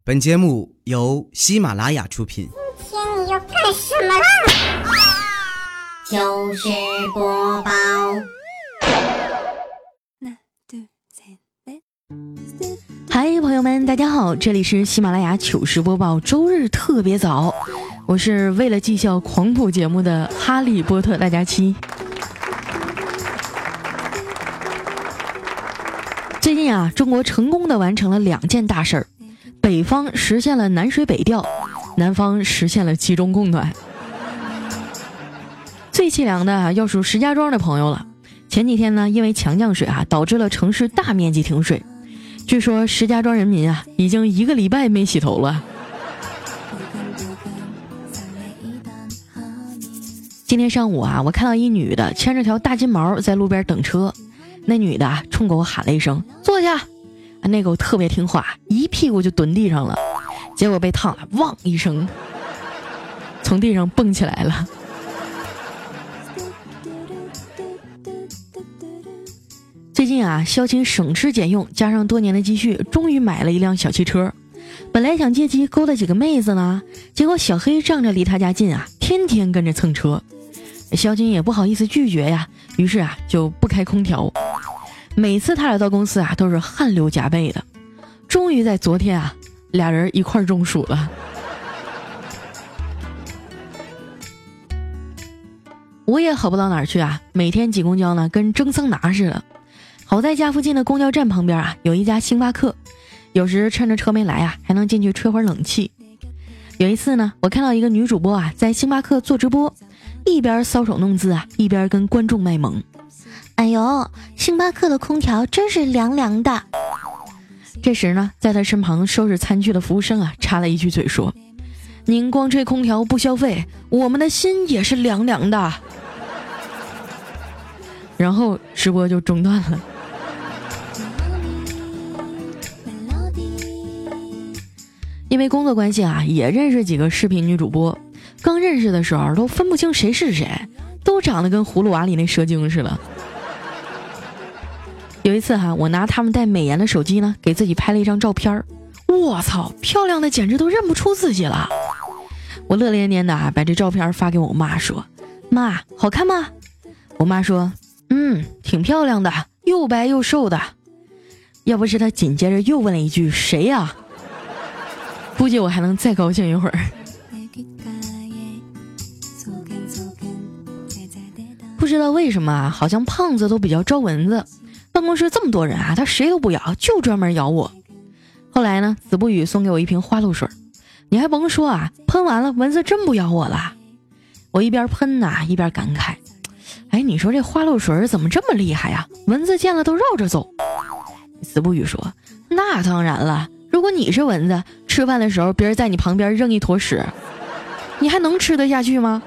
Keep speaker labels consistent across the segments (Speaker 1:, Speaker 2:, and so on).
Speaker 1: 本节目由喜马拉雅出品。
Speaker 2: 今天你要干什么啦？
Speaker 3: 糗事播报。
Speaker 4: 嗨，朋友们，大家好，这里是喜马拉雅糗事播报周日特别早，我是为了绩效狂补节目的哈利波特大家期。最近啊，中国成功的完成了2件大事儿，北方实现了南水北调，南方实现了集中供暖。最凄凉的要数石家庄的朋友了。前几天呢，因为强降水导致了城市大面积停水。据说石家庄人民已经1个礼拜没洗头了。今天上午我看到一女的牵着条大金毛在路边等车，那女的冲狗喊了一声坐下，那狗特别听话，一屁股就蹲地上了，结果被烫了，汪一声从地上蹦起来了。最近肖琴省吃俭用，加上多年的积蓄，终于买了一辆小汽车。本来想借机勾搭几个妹子呢，结果小黑仗着离他家近天天跟着蹭车。小琴也不好意思拒绝呀，于是就不开空调。每次他俩到公司都是汗流浃背的。终于在昨天俩人一块中暑了。我也好不到哪儿去每天挤公交呢，跟蒸桑拿似的。好在家附近的公交站旁边有一家星巴克，有时趁着车没来还能进去吹会儿冷气。有一次呢，我看到一个女主播在星巴克做直播，一边搔首弄姿一边跟观众卖萌。
Speaker 2: 哎呦，星巴克的空调真是凉凉的。
Speaker 4: 这时呢，在他身旁收拾餐具的服务生插了一句嘴说：“您光吹空调不消费，我们的心也是凉凉的。”然后直播就中断了。因为工作关系也认识几个视频女主播，刚认识的时候都分不清谁是谁，都长得跟葫芦娃里那蛇精似的。有一次我拿他们带美颜的手机呢，给自己拍了一张照片，我操，漂亮的简直都认不出自己了。我乐连连的把这照片发给我妈说：“妈，好看吗？”我妈说：“挺漂亮的，又白又瘦的。”要不是她紧接着又问了一句谁呀，估计我还能再高兴一会儿。不知道为什么好像胖子都比较招蚊子，办公室这么多人他谁都不咬，就专门咬我。后来呢，子不语送给我一瓶花露水，你还甭说喷完了蚊子真不咬我了。我一边喷一边感慨，你说这花露水怎么这么厉害呀？蚊子见了都绕着走。子不语说：“那当然了，如果你是蚊子，吃饭的时候别人在你旁边扔一坨屎，你还能吃得下去吗？”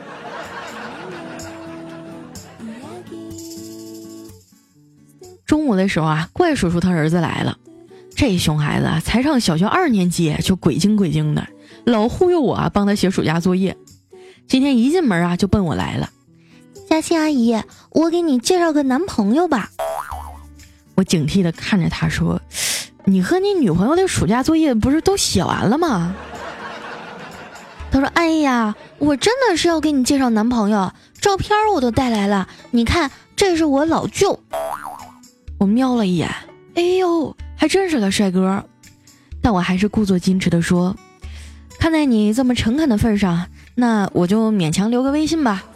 Speaker 4: 中午的时候怪叔叔他儿子来了，这熊孩子才上小学2年级就鬼精鬼精的，老忽悠我帮他写暑假作业。今天一进门就奔我来了：“
Speaker 2: 嘉欣阿姨，我给你介绍个男朋友吧。”
Speaker 4: 我警惕地看着他说：“你和你女朋友的暑假作业不是都写完了吗？”
Speaker 2: 他说：“哎呀，我真的是要给你介绍男朋友，照片我都带来了，你看，这是我老舅。”
Speaker 4: 我瞄了一眼，哎呦，还真是个帅哥。但我还是故作矜持地说：“看在你这么诚恳的份上，那我就勉强留个微信吧。”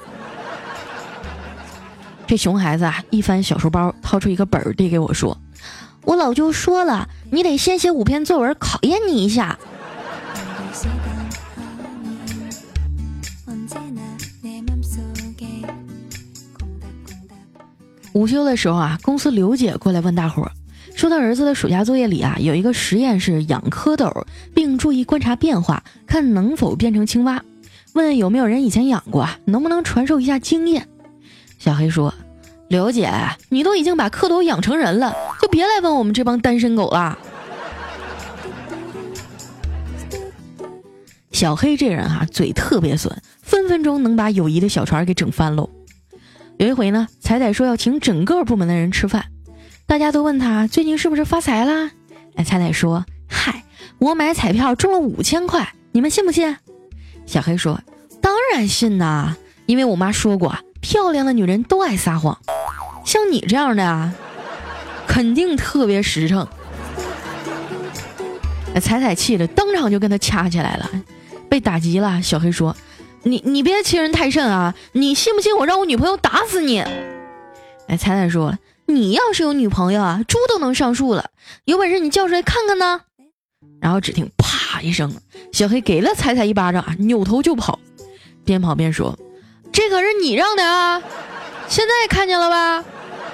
Speaker 4: 这熊孩子一翻小书包，掏出一个本儿递给我说：“
Speaker 2: 我老舅说了，你得先写5篇作文考验你一下。”午休的时候公司刘姐过来问大伙儿，说她儿子的暑假作业里有一个实验是养蝌蚪，并注意观察变化，看能否变成青蛙，问有没有人以前养过，能不能传授一下经验。小黑说：“刘姐，你都已经把蝌蚪养成人了，就别来问我们这帮单身狗了。”小黑这人嘴特别损，分分钟能把友谊的小船给整翻喽。有一回呢，彩彩说要请整个部门的人吃饭，大家都问他最近是不是发财啦？彩彩说：“嗨， 我买彩票中了5000块，你们信不信？小黑说，当然信呐，因为我妈说过，漂亮的女人都爱撒谎，像你这样的啊，肯定特别实诚。彩彩气的当场就跟他掐起来了，被打急了。小黑说，你别欺人太甚啊，你信不信我让我女朋友打死你？彩彩说，你要是有女朋友啊，猪都能上树了，有本事你叫出来看看呢。然后只听啪一声，小黑给了彩彩一巴掌，扭头就跑，边跑边说，这可是你让的啊，现在看见了吧？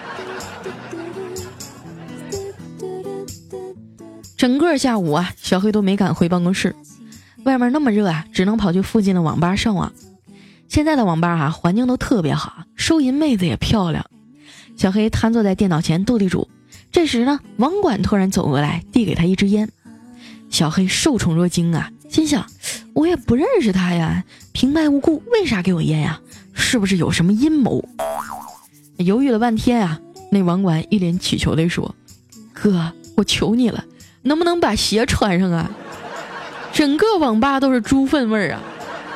Speaker 2: 整个下午啊，小黑都没敢回办公室，外面那么热啊，只能跑去附近的网吧上网。现在的网吧啊，环境都特别好，收银妹子也漂亮。小黑瘫坐在电脑前斗地主，这时呢，网管突然走过来，递给他一支烟。小黑受宠若惊啊，心想，我也不认识他呀，平白无故为啥给我烟呀？是不是有什么阴谋？犹豫了半天啊，那网管一脸乞求地说，哥，我求你了，能不能把鞋穿上啊？整个网吧都是猪粪味儿啊！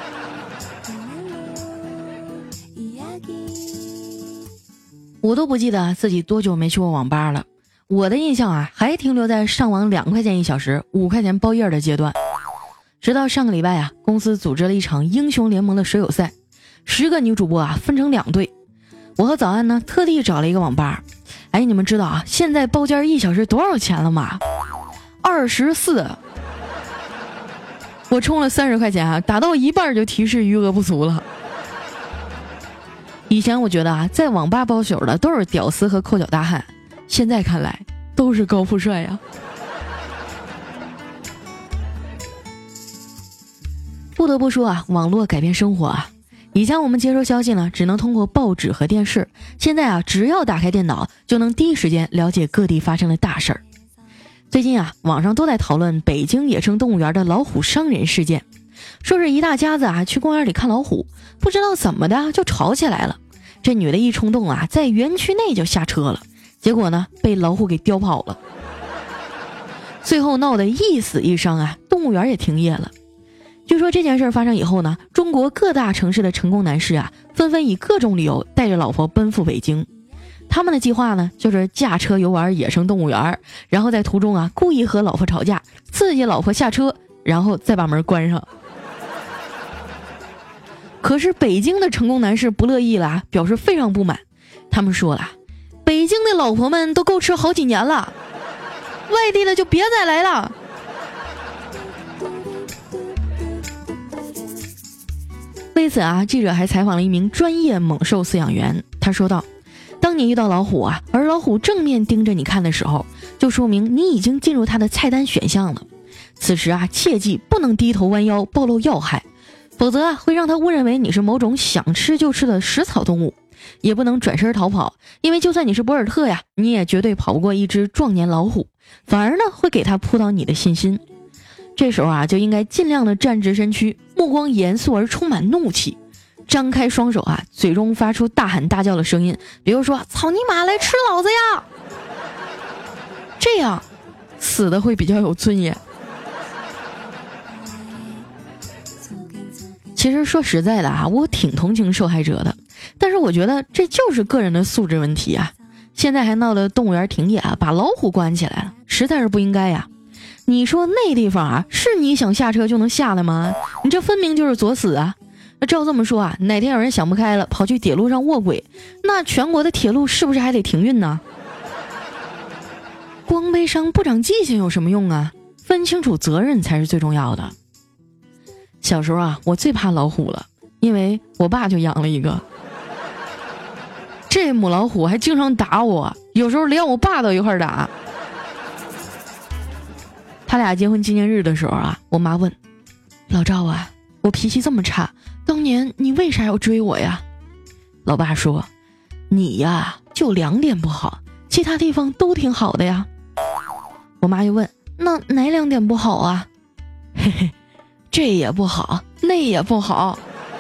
Speaker 2: 我都不记得自己多久没去过网吧了。我的印象啊，还停留在上网2块钱1小时，5块钱包夜的阶段。直到上个礼拜啊，公司组织了一场英雄联盟的水友赛，10个女主播啊分成2队。我和早安呢特地找了一个网吧。哎，你们知道啊，现在包间1小时多少钱了吗？24。我充了30块钱啊，打到一半就提示余额不足了。以前我觉得啊，在网吧包宿的都是屌丝和抠脚大汉，现在看来都是高富帅呀。不得不说啊，网络改变生活啊。以前我们接收消息呢，只能通过报纸和电视，现在啊，只要打开电脑，就能第一时间了解各地发生的大事儿。最近啊，网上都在讨论北京野生动物园的老虎伤人事件，说是一大家子啊去公园里看老虎，不知道怎么的就吵起来了。这女的一冲动啊，在园区内就下车了，结果呢被老虎给叼跑了。最后闹得一死一伤啊，动物园也停业了。据说这件事发生以后呢，中国各大城市的成功男士啊，纷纷以各种理由带着老婆奔赴北京。他们的计划呢，就是驾车游玩野生动物园，然后在途中啊故意和老婆吵架，刺激老婆下车，然后再把门关上。可是北京的成功男士不乐意了，表示非常不满。他们说了，北京的老婆们都够吃好几年了，外地的就别再来了。为此啊，记者还采访了一名专业猛兽饲养员，他说道，当你遇到老虎啊，而老虎正面盯着你看的时候，就说明你已经进入它的菜单选项了。此时啊，切记不能低头弯腰暴露要害，否则啊会让它误认为你是某种想吃就吃的食草动物。也不能转身逃跑，因为就算你是博尔特呀，你也绝对跑不过一只壮年老虎，反而呢会给它扑倒你的信心。这时候啊，就应该尽量的站直身躯，目光严肃而充满怒气，张开双手啊，嘴中发出大喊大叫的声音，比如说操你妈来吃老子呀，这样死的会比较有尊严。其实说实在的啊，我挺同情受害者的，但是我觉得这就是个人的素质问题啊。现在还闹得动物园停业啊，把老虎关起来了，实在是不应该呀。你说那地方啊，是你想下车就能下的吗？你这分明就是作死啊。照这么说啊，哪天有人想不开了，跑去铁路上卧轨，那全国的铁路是不是还得停运呢？光悲伤不长记性有什么用啊？分清楚责任才是最重要的。小时候啊，我最怕老虎了，因为我爸就养了一个。这母老虎还经常打我，有时候连我爸都一块打。他俩结婚纪念日的时候啊，我妈问老赵啊，我脾气这么差，当年你为啥要追我呀？老爸说，你呀就2点不好，其他地方都挺好的呀。我妈又问，那哪2点不好啊？嘿嘿，这也不好，那也不好。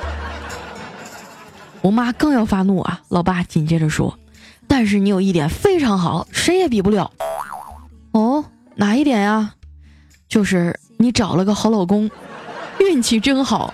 Speaker 2: 我妈刚要发怒啊，老爸紧接着说，但是你有一点非常好，谁也比不了。哦，哪一点呀？ 就是你找了个好老公，运气真好。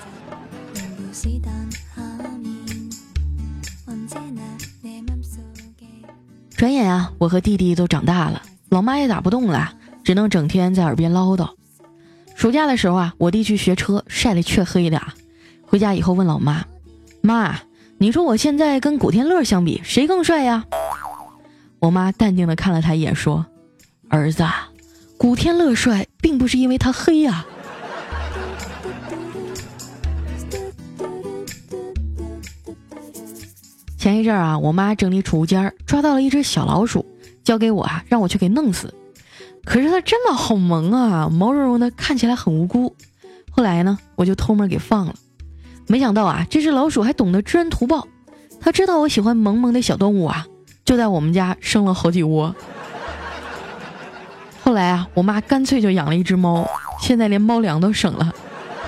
Speaker 2: 转眼啊，我和弟弟都长大了，老妈也打不动了，只能整天在耳边唠叨。暑假的时候啊，我弟去学车，晒得黢黑的，回家以后问老妈：“妈，你说我现在跟古天乐相比，谁更帅呀？”我妈淡定地看了他一眼，说：“儿子，古天乐帅，并不是因为他黑呀。”前一阵啊，我妈整理储物间，抓到了一只小老鼠，交给我啊，让我去给弄死。可是它真的好萌啊，毛茸茸的，看起来很无辜。后来呢，我就偷摸给放了。没想到啊，这只老鼠还懂得知恩图报，它知道我喜欢萌萌的小动物啊，就在我们家生了好几窝。后来啊，我妈干脆就养了一只猫，现在连猫粮都省了。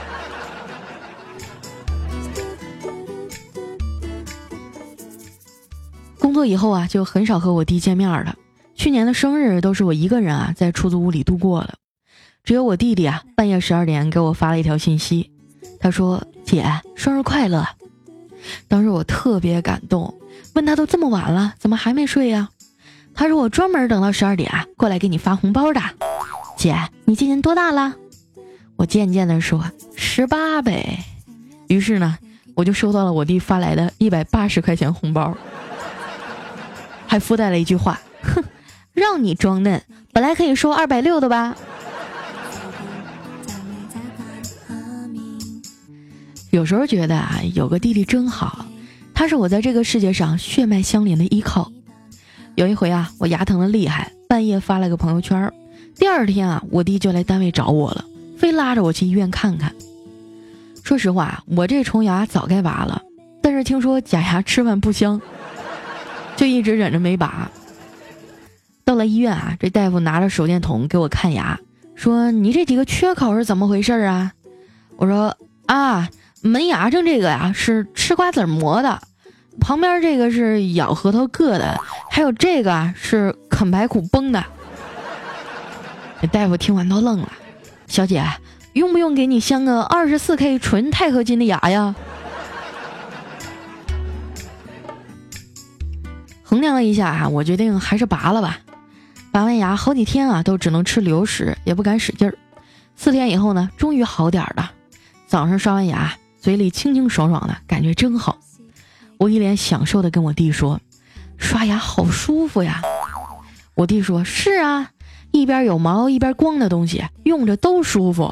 Speaker 2: 工作以后啊，就很少和我弟见面了。去年的生日都是我一个人啊在出租屋里度过了，只有我弟弟啊半夜12点给我发了一条信息，他说：“姐，生日快乐。”当时我特别感动，问他都这么晚了，怎么还没睡呀？他说我专门等到12点啊过来给你发红包的。姐，你今年多大了？我渐渐地说18呗。于是呢，我就收到了我弟发来的180块钱红包。还附带了一句话：“哼，让你装嫩，本来可以收260的吧。”有时候觉得啊，有个弟弟真好，他是我在这个世界上血脉相连的依靠。有一回啊，我牙疼的厉害，半夜发了个朋友圈，第二天啊，我弟就来单位找我了，非拉着我去医院看看。说实话，我这虫牙早该拔了，但是听说假牙吃饭不香，就一直忍着没拔。到了医院啊，这大夫拿着手电筒给我看牙，说：“你这几个缺口是怎么回事啊？”我说：“啊，门牙上这个呀是吃瓜子磨的，旁边这个是咬核桃硌的，还有这个啊是啃排骨崩的。”这大夫听完都愣了：“小姐，用不用给你镶个24K 纯钛合金的牙呀？”衡量了一下啊，我决定还是拔了吧。拔完牙好几天啊，都只能吃流食，也不敢使劲儿。4天以后呢，终于好点了。早上刷完牙，嘴里清清爽爽的，感觉真好。我一脸享受的跟我弟说：“刷牙好舒服呀。”我弟说：“是啊，一边有毛一边光的东西，用着都舒服。”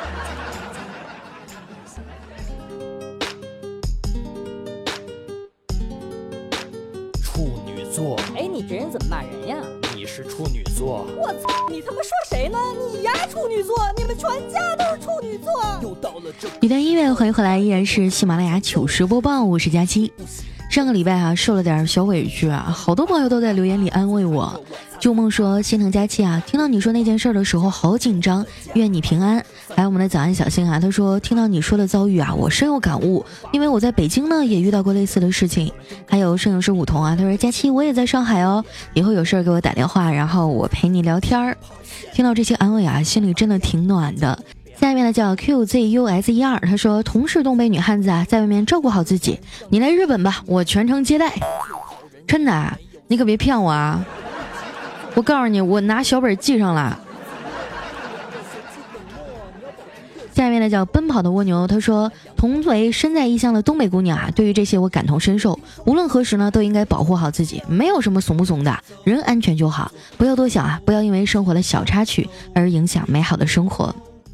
Speaker 5: 哎，你这人怎么骂人呀？
Speaker 6: 你是处女座。
Speaker 5: 我操，你他妈说谁呢？你呀，处女座，你们全家都是处女座。
Speaker 6: 又到了这
Speaker 2: 一段音乐，欢迎回来，依然是喜马拉雅糗事播报，我是佳期。上个礼拜啊，受了点小委屈啊，好多朋友都在留言里安慰我。旧梦说：“心疼佳期啊，听到你说那件事的时候好紧张，愿你平安。”还有我们的早安小星啊，他说：“听到你说的遭遇啊，我深有感悟，因为我在北京呢也遇到过类似的事情。”还有摄影师梧桐啊，他说：“佳期我也在上海哦，以后有事给我打电话，然后我陪你聊天儿。”听到这些安慰啊，心里真的挺暖的。下面呢叫 QZUSER， 他说：“同是东北女汉子啊，在外面照顾好自己。你来日本吧，我全程接待。”真的啊，你可别骗我啊！我告诉你，我拿小本记上了。下面呢叫奔跑的蜗牛，他说：“同为身在异乡的东北姑娘啊，对于这些我感同身受。无论何时呢，都应该保护好自己，没有什么怂不怂的，人安全就好，不要多想啊，不要因为生活的小插曲而影响美好的生活。”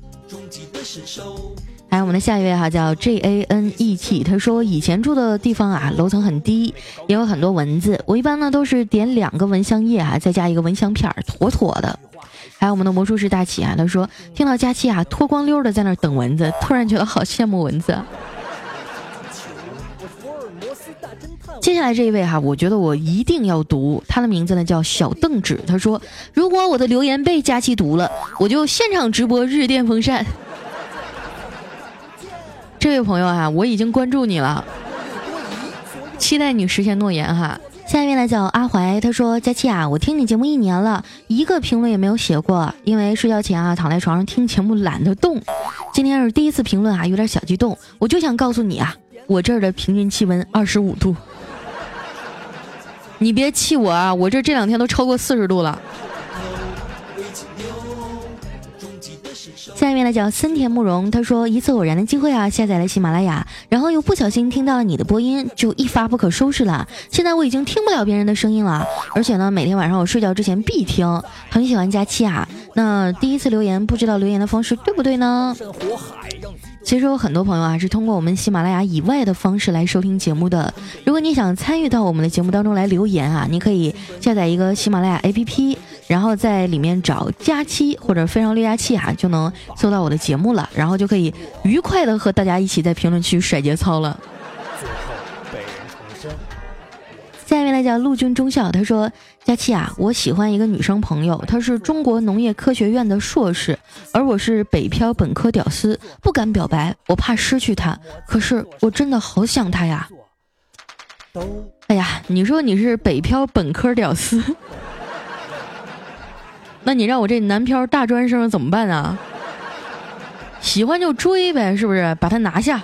Speaker 2: 还有我们的下一位哈，叫 JANET， 他说以前住的地方啊，楼层很低，也有很多蚊子，我一般呢都是点2个蚊香叶啊，再加1个蚊香片，妥妥的。还有我们的魔术师大启啊，他说听到佳期啊脱光溜的在那儿等蚊子，突然觉得好羡慕蚊子。接下来这一位哈，我觉得我一定要读，他的名字呢叫小邓纸，他说如果我的留言被佳期读了，我就现场直播日电风扇。这位朋友啊，我已经关注你了，期待你实现诺言哈。下
Speaker 4: 下一位呢叫阿怀，他说佳期啊，我听你节目1年了，一个评论也没有写过，因为睡觉前啊躺在床上听节目懒得动。今天是第一次评论啊，有点小激动，我就想告诉你啊，我这儿的平均气温25度。你别气我啊，我这2天都超过40度了。下一位呢叫森田慕容，他说一次偶然的机会啊，下载了喜马拉雅，然后又不小心听到了你的播音，就一发不可收拾了。现在我已经听不了别人的声音了，而且呢，每天晚上我睡觉之前必听，很喜欢佳期啊。那第一次留言，不知道留言的方式对不对呢？其实有很多朋友啊是通过我们喜马拉雅以外的方式来收听节目的。如果你想参与到我们的节目当中来留言啊，你可以下载一个喜马拉雅 APP， 然后在里面找佳期或者非常六加七啊，就能搜到我的节目了，然后就可以愉快的和大家一起在评论区甩节操了。
Speaker 6: 最后被人重申。
Speaker 4: 下一位来叫陆军中校，他说佳期啊，我喜欢一个女生朋友，她是中国农业科学院的硕士，而我是北漂本科屌丝，不敢表白，我怕失去她，可是我真的好想她呀。哎呀，你说你是北漂本科屌丝，那你让我这南漂大专生怎么办啊？喜欢就追呗，是不是？把他拿下。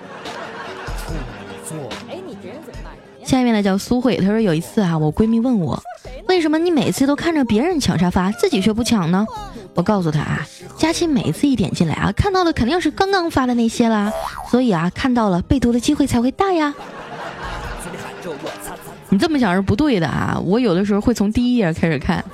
Speaker 4: 下面呢叫苏慧，她说有一次啊，我闺蜜问我，为什么你每次都看着别人抢沙发，自己却不抢呢？我告诉她啊，佳期每次一点进来啊，看到的肯定是刚刚发的那些啦，所以啊，看到了被读的机会才会大呀。你这么想是不对的啊，我有的时候会从第一页开始看。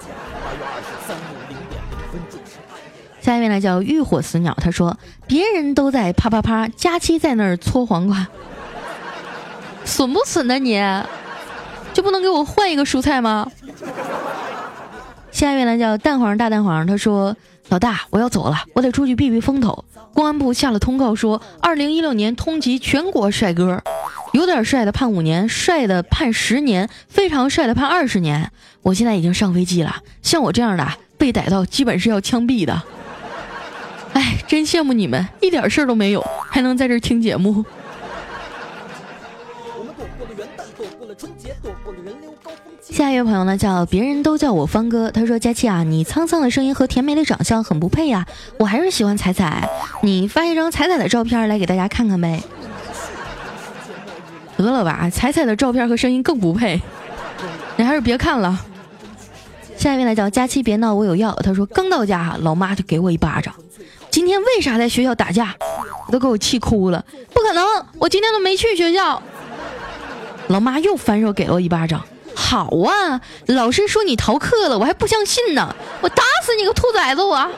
Speaker 4: 下一位呢叫浴火死鸟，他说别人都在啪啪啪，佳期在那儿搓黄瓜。损不损的你，就不能给我换一个蔬菜吗？下一位呢叫蛋黄大蛋黄，他说老大我要走了，我得出去避避风头。公安部下了通告说2016年通缉全国帅哥，有点帅的判5年，帅的判10年，非常帅的判20年。我现在已经上飞机了，像我这样的被逮到基本是要枪毙的。哎，真羡慕你们，一点事儿都没有，还能在这儿听节目。下一位朋友呢叫别人都叫我方哥，他说佳期啊，你沧桑的声音和甜美的长相很不配呀，我还是喜欢彩彩，你发一张彩彩的照片来给大家看看呗。得了吧，彩彩的照片和声音更不配，你还是别看了。下一位呢叫佳期别闹我有药，他说刚到家老妈就给我一巴掌，今天为啥在学校打架，我都给我气哭了，不可能，我今天都没去学校。老妈又反手给了我一巴掌，好啊，老师说你逃课了，我还不相信呢，我打死你个兔崽子我！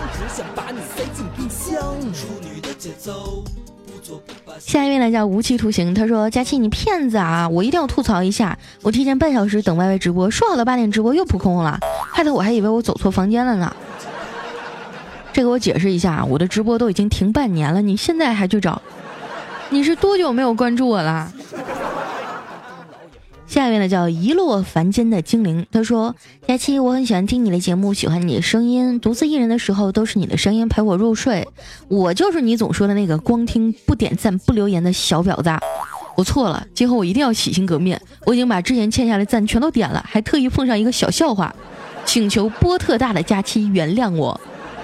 Speaker 4: 下一位呢叫无期徒刑，他说佳期你骗子啊，我一定要吐槽一下，我提前半小时等YY直播，说好了8点直播又扑空了，害得我还以为我走错房间了呢。这个我解释一下，我的直播都已经停半年了，你现在还去找，你是多久没有关注我了？下一位呢叫一落凡间的精灵，他说佳期我很喜欢听你的节目，喜欢你的声音，独自一人的时候都是你的声音陪我入睡，我就是你总说的那个光听不点赞不留言的小婊子，我错了，今后我一定要洗心革面，我已经把之前欠下的赞全都点了，还特意奉上一个小笑话，请求波特大的佳期原谅我。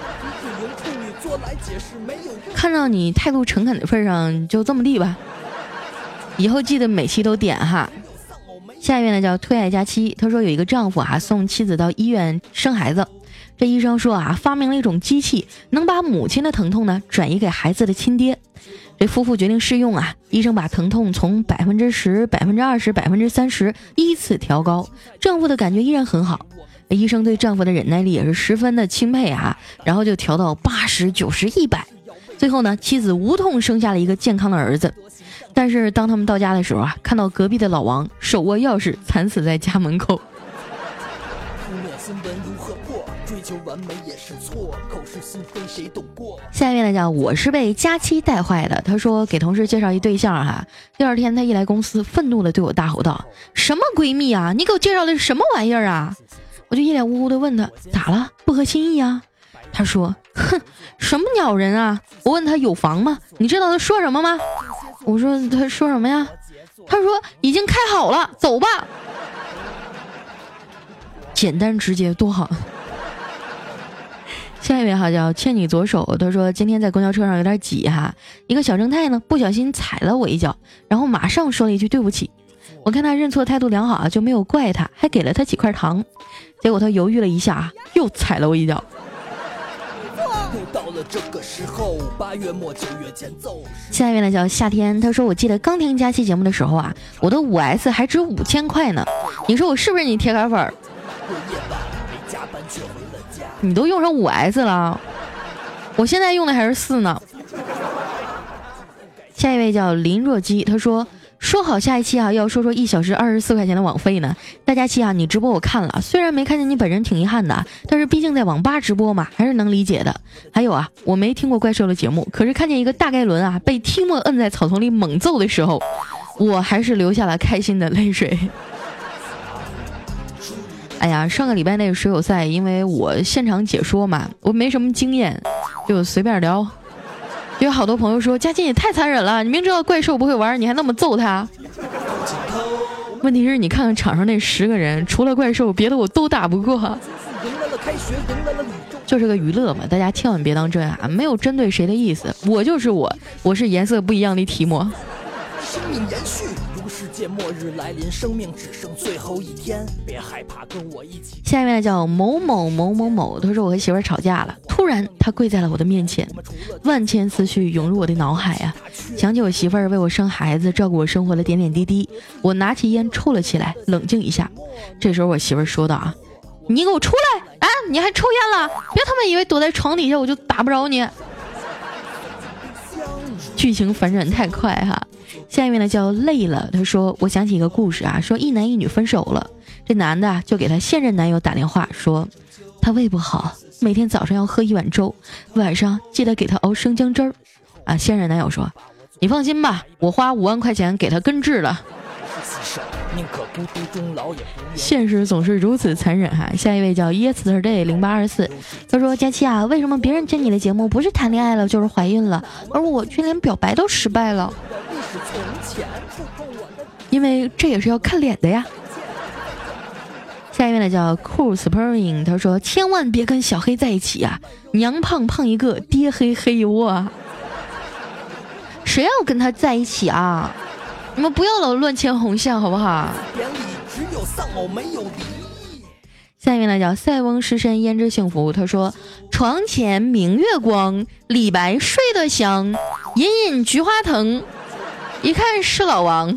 Speaker 4: 看到你态度诚恳的份上，就这么地吧，以后记得每期都点哈。下一位呢叫推爱佳期，他说有一个丈夫送妻子到医院生孩子，这医生说发明了一种机器，能把母亲的疼痛呢转移给孩子的亲爹。这夫妇决定试用医生把疼痛从10%、20%、30%依次调高，丈夫的感觉依然很好。医生对丈夫的忍耐力也是十分的钦佩然后就调到80、90、100，最后呢妻子无痛生下了一个健康的儿子。但是当他们到家的时候看到隔壁的老王手握钥匙惨死在家门口。下一位呢叫我是被佳期带坏的，他说给同事介绍一对象第二天他一来公司愤怒的对我大吼道，什么闺蜜啊，你给我介绍的是什么玩意儿啊？我就一脸无辜的问他咋了，不合心意啊？他说哼，什么鸟人啊？我问他有房吗？你知道他说什么吗？我说他说什么呀？他说已经开好了，走吧。
Speaker 2: 简单直接多好。下一位哈叫牵你左手，他说今天在公交车上有点挤哈，一个小正太呢不小心踩了我一脚，然后马上说了一句对不起。我看他认错态度良好啊，就没有怪他，还给了他几块糖。结果他犹豫了一下，又踩了我一脚。
Speaker 6: 到了这个时候，8月末9月前奏。
Speaker 2: 下一位呢叫夏天，他说我记得刚听佳期节目的时候啊，我的5S 还值5000块呢。你说我是不是你铁杆粉？你都用上5S 了，我现在用的还是4呢。下一位叫林若基，他说好下一期啊要说1小时24块钱的网费呢。大佳期啊，你直播我看了，虽然没看见你本人挺遗憾的，但是毕竟在网吧直播嘛，还是能理解的。还有啊，我没听过怪兽的节目，可是看见一个大概轮啊被提莫摁在草丛里猛揍的时候，我还是流下了开心的泪水。哎呀，上个礼拜那个水友赛，因为我现场解说嘛，我没什么经验，就随便聊。有好多朋友说佳期也太残忍了，你明知道怪兽不会玩，你还那么揍他。问题是你看看场上那10个人，除了怪兽别的我都打不过。就是个娱乐嘛，大家千万别当真啊，没有针对谁的意思，我就是我是颜色不一样的提莫。
Speaker 6: 生命延续，如世界末日来临，生命只剩最后一天，别害怕，跟我一起。
Speaker 2: 下面叫某某某某某，他说我和媳妇儿吵架了，突然他跪在了我的面前，万千思绪涌入我的脑海啊，想起我媳妇儿为我生孩子，照顾我生活的点点滴滴，我拿起烟抽了起来，冷静一下。这时候我媳妇儿说道啊，你给我出来啊，你还抽烟了，别他妈以为躲在床底下我就打不着你。剧情反转太快哈。下面呢叫累了，他说我想起一个故事啊，说一男一女分手了，这男的就给他现任男友打电话说他胃不好，每天早上要喝1碗粥，晚上记得给他熬生姜汁儿啊。现任男友说你放心吧，我花5万块钱给他根治了。现实总是如此残忍哈。下一位叫 yesterday0824， 他说佳期啊，为什么别人听你的节目不是谈恋爱了就是怀孕了，而我却连表白都失败了？因为这也是要看脸的呀。下一位呢叫 cool spring， 他说千万别跟小黑在一起啊，娘胖胖一个，爹黑黑一窝啊。谁要跟他在一起啊？你们不要老乱牵红线好不好？下面呢叫塞翁失身焉知幸福，他说床前明月光，李白睡得香，隐隐菊花藤，一看是老王。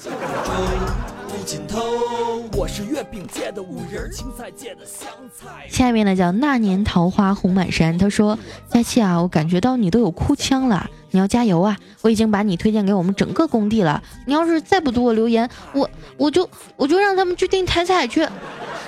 Speaker 6: 我是月饼界的五仁，青菜界的香菜。
Speaker 2: 下面呢叫那年桃花红满山，他说佳期啊，我感觉到你都有哭腔了，你要加油啊，我已经把你推荐给我们整个工地了，你要是再不读我留言，我就让他们去订台彩去。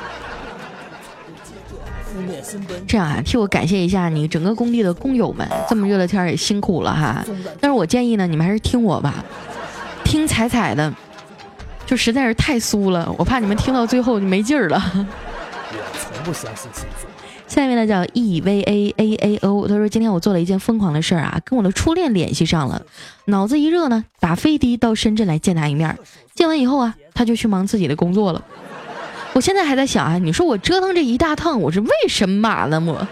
Speaker 2: 这样啊，替我感谢一下你整个工地的工友们，这么热的天也辛苦了哈。但是我建议呢，你们还是听我吧，听彩彩的就实在是太酥了，我怕你们听到最后就没劲儿了。
Speaker 6: 我从不相信星座。
Speaker 2: 下面呢叫 EVAAAO， 他说今天我做了一件疯狂的事儿啊，跟我的初恋联系上了，脑子一热呢，打飞的到深圳来见他一面，见完以后啊，他就去忙自己的工作了。我现在还在想啊，你说我折腾这一大趟，我是为什么呢？我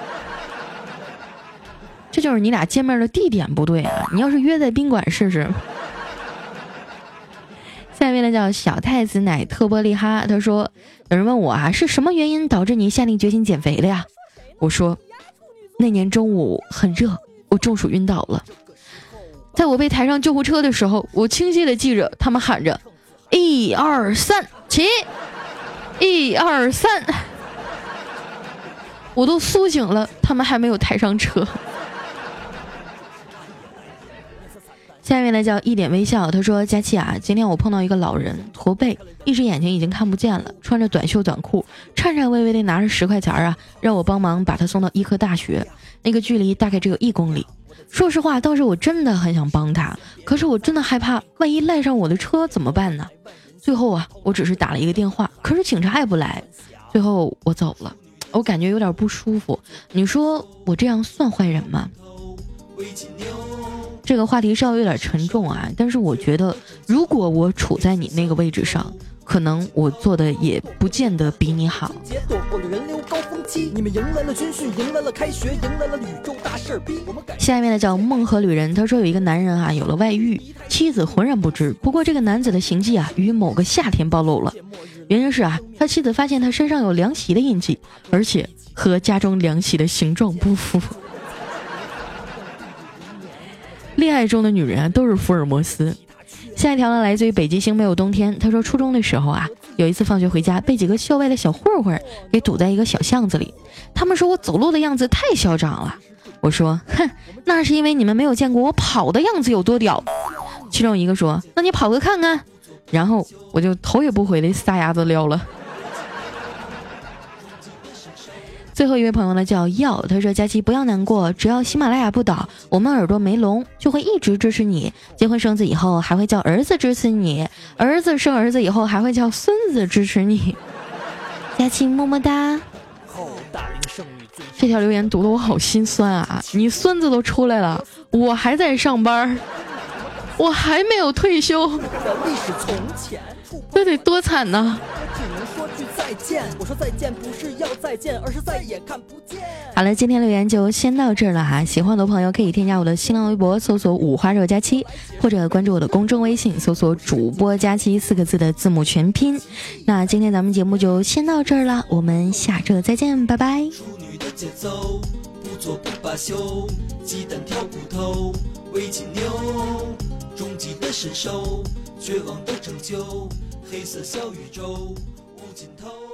Speaker 2: 这就是你俩见面的地点不对啊！你要是约在宾馆试试。下面呢叫小太子奶特波利哈，他说有人问我啊，是什么原因导致你下定决心减肥的呀？我说那年中午很热，我中暑晕倒了，在我被抬上救护车的时候，我清晰的记着他们喊着1、2、3起，1、2、3，我都苏醒了，他们还没有抬上车。下面呢叫一点微笑，他说佳期啊，今天我碰到一个老人，驼背，一只眼睛已经看不见了，穿着短袖短裤，颤颤巍巍的拿着10块钱啊，让我帮忙把他送到医科大学，那个距离大概只有1公里。说实话，当时我真的很想帮他，可是我真的害怕万一赖上我的车怎么办呢？最后啊，我只是打了一个电话，可是警察也不来，最后我走了，我感觉有点不舒服。你说我这样算坏人吗？ 这个话题稍微有点沉重啊，但是我觉得如果我处在你那个位置上，可能我做的也不见得比你好。
Speaker 6: 躲过了人流高峰期，你们迎来了军训，迎来了开学，迎来了宇宙大事逼。
Speaker 2: 下面的叫梦河旅人，他说有一个男人啊有了外遇，妻子浑然不知。不过这个男子的行迹啊于某个夏天暴露了，原因是啊他妻子发现他身上有凉席的印记，而且和家中凉席的形状不符。恋爱中的女人都是福尔摩斯。下一条呢，来自于北极星没有冬天。他说初中的时候啊，有一次放学回家，被几个校外的小混混给堵在一个小巷子里。他们说我走路的样子太嚣张了。我说，哼，那是因为你们没有见过我跑的样子有多屌。其中一个说，那你跑个看看。然后我就头也不回的撒丫子撩了。最后一位朋友呢叫耀，他说佳琪不要难过，只要喜马拉雅不倒，我们耳朵没聋就会一直支持你，结婚生子以后还会叫儿子支持你，儿子生儿子以后还会叫孙子支持你。佳琪么么哒。这条留言读得我好心酸啊，你孙子都出来了，我还在上班，我还没有退休，这得多惨呢。再见，我说再见不是要再见，而是再也看不见。好了，今天留言就先到这儿了哈。喜欢的朋友可以添加我的新浪微博，搜索五花肉佳期，或者关注我的公众微信，搜索主播佳期4个字的字母全拼。那今天咱们节目就先到这儿了，我们下周再见，拜拜。处女的节奏，不做不罢休，鸡蛋挑骨头，围巾扭，终极的神兽，绝望的拯救，黑色小宇宙。尽头。